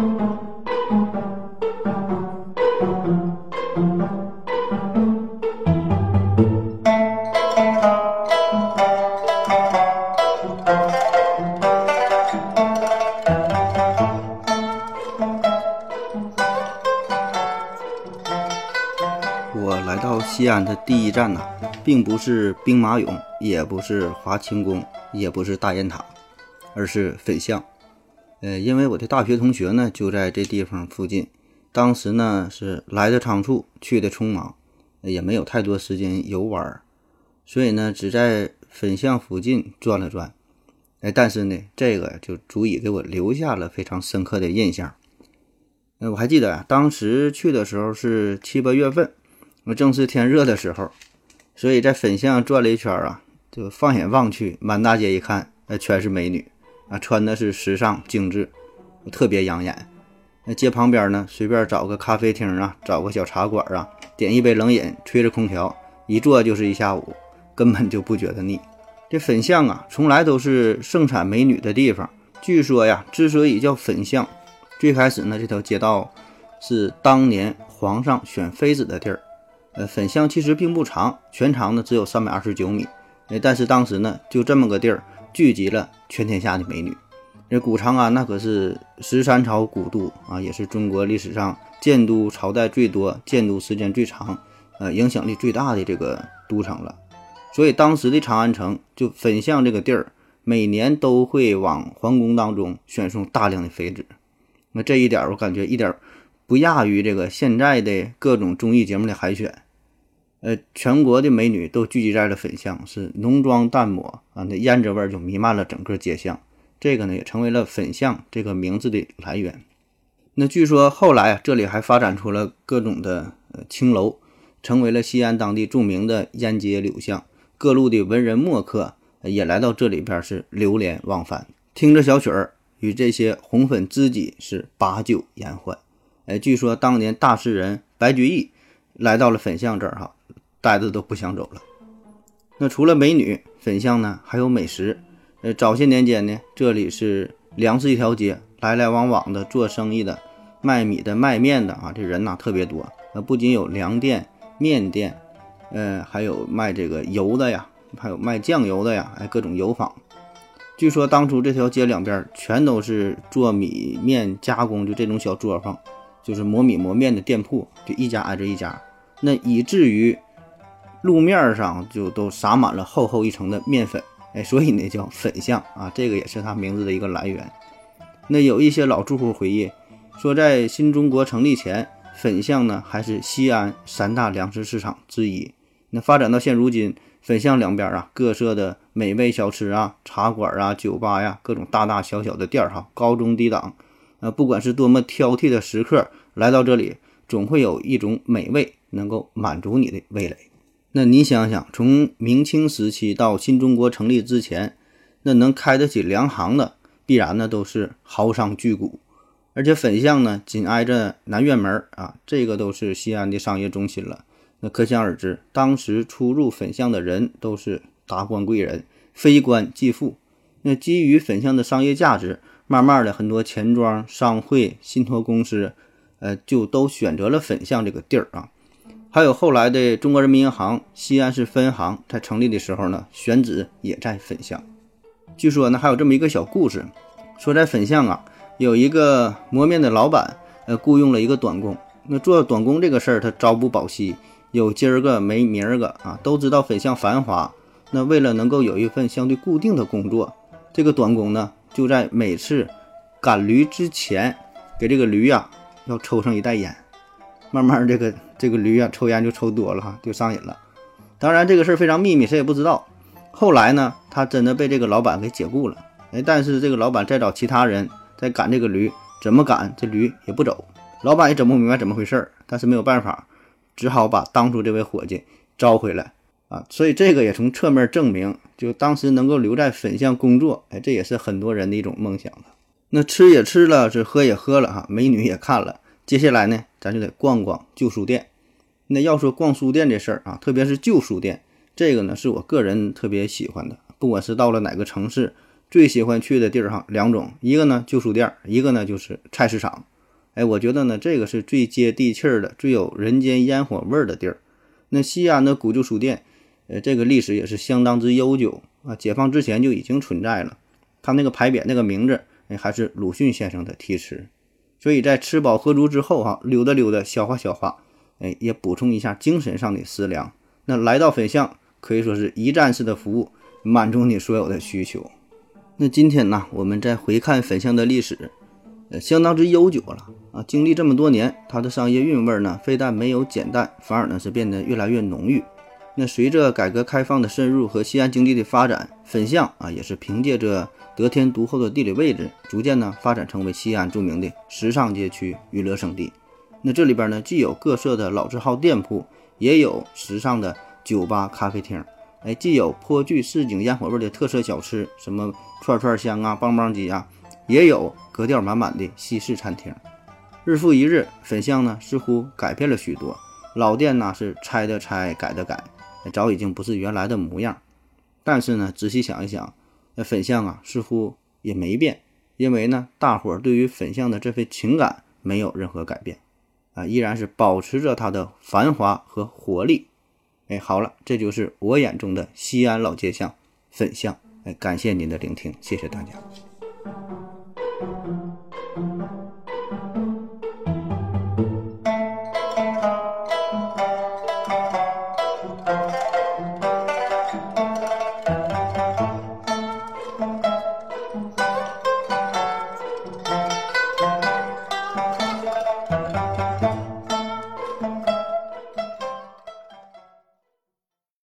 我来到西安的第一站呢，并不是兵马俑，也不是华清宫，也不是大雁塔，而是粉巷。因为我的大学同学呢就在这地方附近，当时呢是来的仓促，去的匆忙，也没有太多时间游玩，所以呢只在粉巷附近转了转。但是呢这个就足以给我留下了非常深刻的印象。我还记得啊，当时去的时候是7、8月份，正是天热的时候，所以在粉巷转了一圈啊，就放眼望去，满大街一看，全是美女啊，穿的是时尚精致，特别养眼。街旁边呢，随便找个咖啡厅啊，找个小茶馆啊，点一杯冷饮，吹着空调，一坐就是一下午，根本就不觉得腻。这粉巷啊，从来都是盛产美女的地方。据说呀，之所以叫粉巷，最开始呢，这条街道是当年皇上选妃子的地儿。粉巷其实并不长，全长呢只有329米。但是当时呢，就这么个地儿，聚集了全天下的美女。这古长安那可是13朝古都啊，也是中国历史上建都朝代最多、建都时间最长、影响力最大的这个都城了。所以当时的长安城就粉巷这个地儿，每年都会往皇宫当中选送大量的妃子。那这一点我感觉一点不亚于这个现在的各种综艺节目的海选。全国的美女都聚集在了粉巷，是浓妆淡抹啊，那胭脂味就弥漫了整个街巷。这个呢也成为了粉巷这个名字的来源。那据说后来啊，这里还发展出了各种的青楼，成为了西安当地著名的烟街柳巷。各路的文人墨客也来到这里边是流连忘返，听着小曲儿，与这些红粉知己是把酒言欢。据说当年大诗人白居易来到了粉巷这儿哈，呆着都不想走了。那除了美女，粉巷呢还有美食。早些年间呢，这里是粮食一条街，来来往往的做生意的、卖米的、卖面的啊，这人特别多。不仅有粮店、面店，还有卖这个油的呀，还有卖酱油的呀，各种油坊。据说当初这条街两边全都是做米面加工，就这种小作坊，就是磨米磨面的店铺，就一家挨着一家。那以至于路面上就都撒满了厚厚一层的面粉，所以呢叫粉巷啊，这个也是它名字的一个来源。那有一些老住户回忆说，在新中国成立前，粉巷呢还是西安3大粮食市场之一。那发展到现如今，粉巷两边啊，各设的美味小吃啊、茶馆啊、酒吧呀，各种大大小小的店哈，高中低档。不管是多么挑剔的食客来到这里，总会有一种美味能够满足你的味蕾。那你想想，从明清时期到新中国成立之前，那能开得起粮行的，必然呢都是豪商巨贾。而且粉巷呢紧挨着南院门啊，这个都是西安的商业中心了。那可想而知，当时出入粉巷的人都是达官贵人，非官即富。那基于粉巷的商业价值，慢慢的很多钱庄、商会、信托公司就都选择了粉巷这个地儿啊。还有后来的中国人民银行西安市分行在成立的时候呢，选址也在粉巷。据说呢还有这么一个小故事，说在粉巷啊，有一个磨面的老板雇佣了一个短工。那做短工这个事儿他朝不保夕，有今儿个没明儿个啊，都知道粉巷繁华。那为了能够有一份相对固定的工作，这个短工呢就在每次赶驴之前给这个驴啊要抽上一袋烟。慢慢这个驴啊抽烟就抽多了哈，就上瘾了。当然这个事儿非常秘密，谁也不知道。后来呢他真的被这个老板给解雇了。但是这个老板再找其他人再赶这个驴，怎么赶这驴也不走。老板也整不明白怎么回事，但是没有办法，只好把当初这位伙计招回来啊。所以这个也从侧面证明，就当时能够留在粉巷工作，这也是很多人的一种梦想了。那吃也吃了，是喝也喝了哈，美女也看了，接下来呢咱就得逛逛旧书店。那要说逛书店这事儿啊，特别是旧书店，这个呢是我个人特别喜欢的。不管是到了哪个城市，最喜欢去的地儿哈两种，一个呢旧书店，一个呢就是菜市场。 我觉得呢，这个是最接地气儿的，最有人间烟火味儿的地儿。那西安的古旧书店，这个历史也是相当之悠久啊，解放之前就已经存在了。它那个牌匾那个名字，还是鲁迅先生的题词。所以在吃饱喝足之后溜达溜达，消化消化，也补充一下精神上的食粮。那来到粉巷，可以说是一站式的服务，满足你所有的需求。那今天呢，我们再回看粉巷的历史，相当之悠久了啊！经历这么多年，它的商业韵味呢，非但没有减淡，反而呢是变得越来越浓郁。那随着改革开放的深入和西安经济的发展，粉巷也是凭借着得天独厚的地理位置，逐渐呢发展成为西安著名的时尚街区、娱乐胜地。那这里边呢，既有各色的老字号店铺，也有时尚的酒吧、咖啡厅。既有颇具市井烟火味的特色小吃，什么串串香啊、棒棒鸡啊，也有格调满满的西式餐厅。日复一日，粉巷呢似乎改变了许多，老店呢是拆的拆，改的改，早已经不是原来的模样。但是呢，仔细想一想，粉巷似乎也没变，因为呢，大伙儿对于粉巷的这份情感没有任何改变依然是保持着它的繁华和活力。好了，这就是我眼中的西安老街巷粉巷。感谢您的聆听，谢谢大家。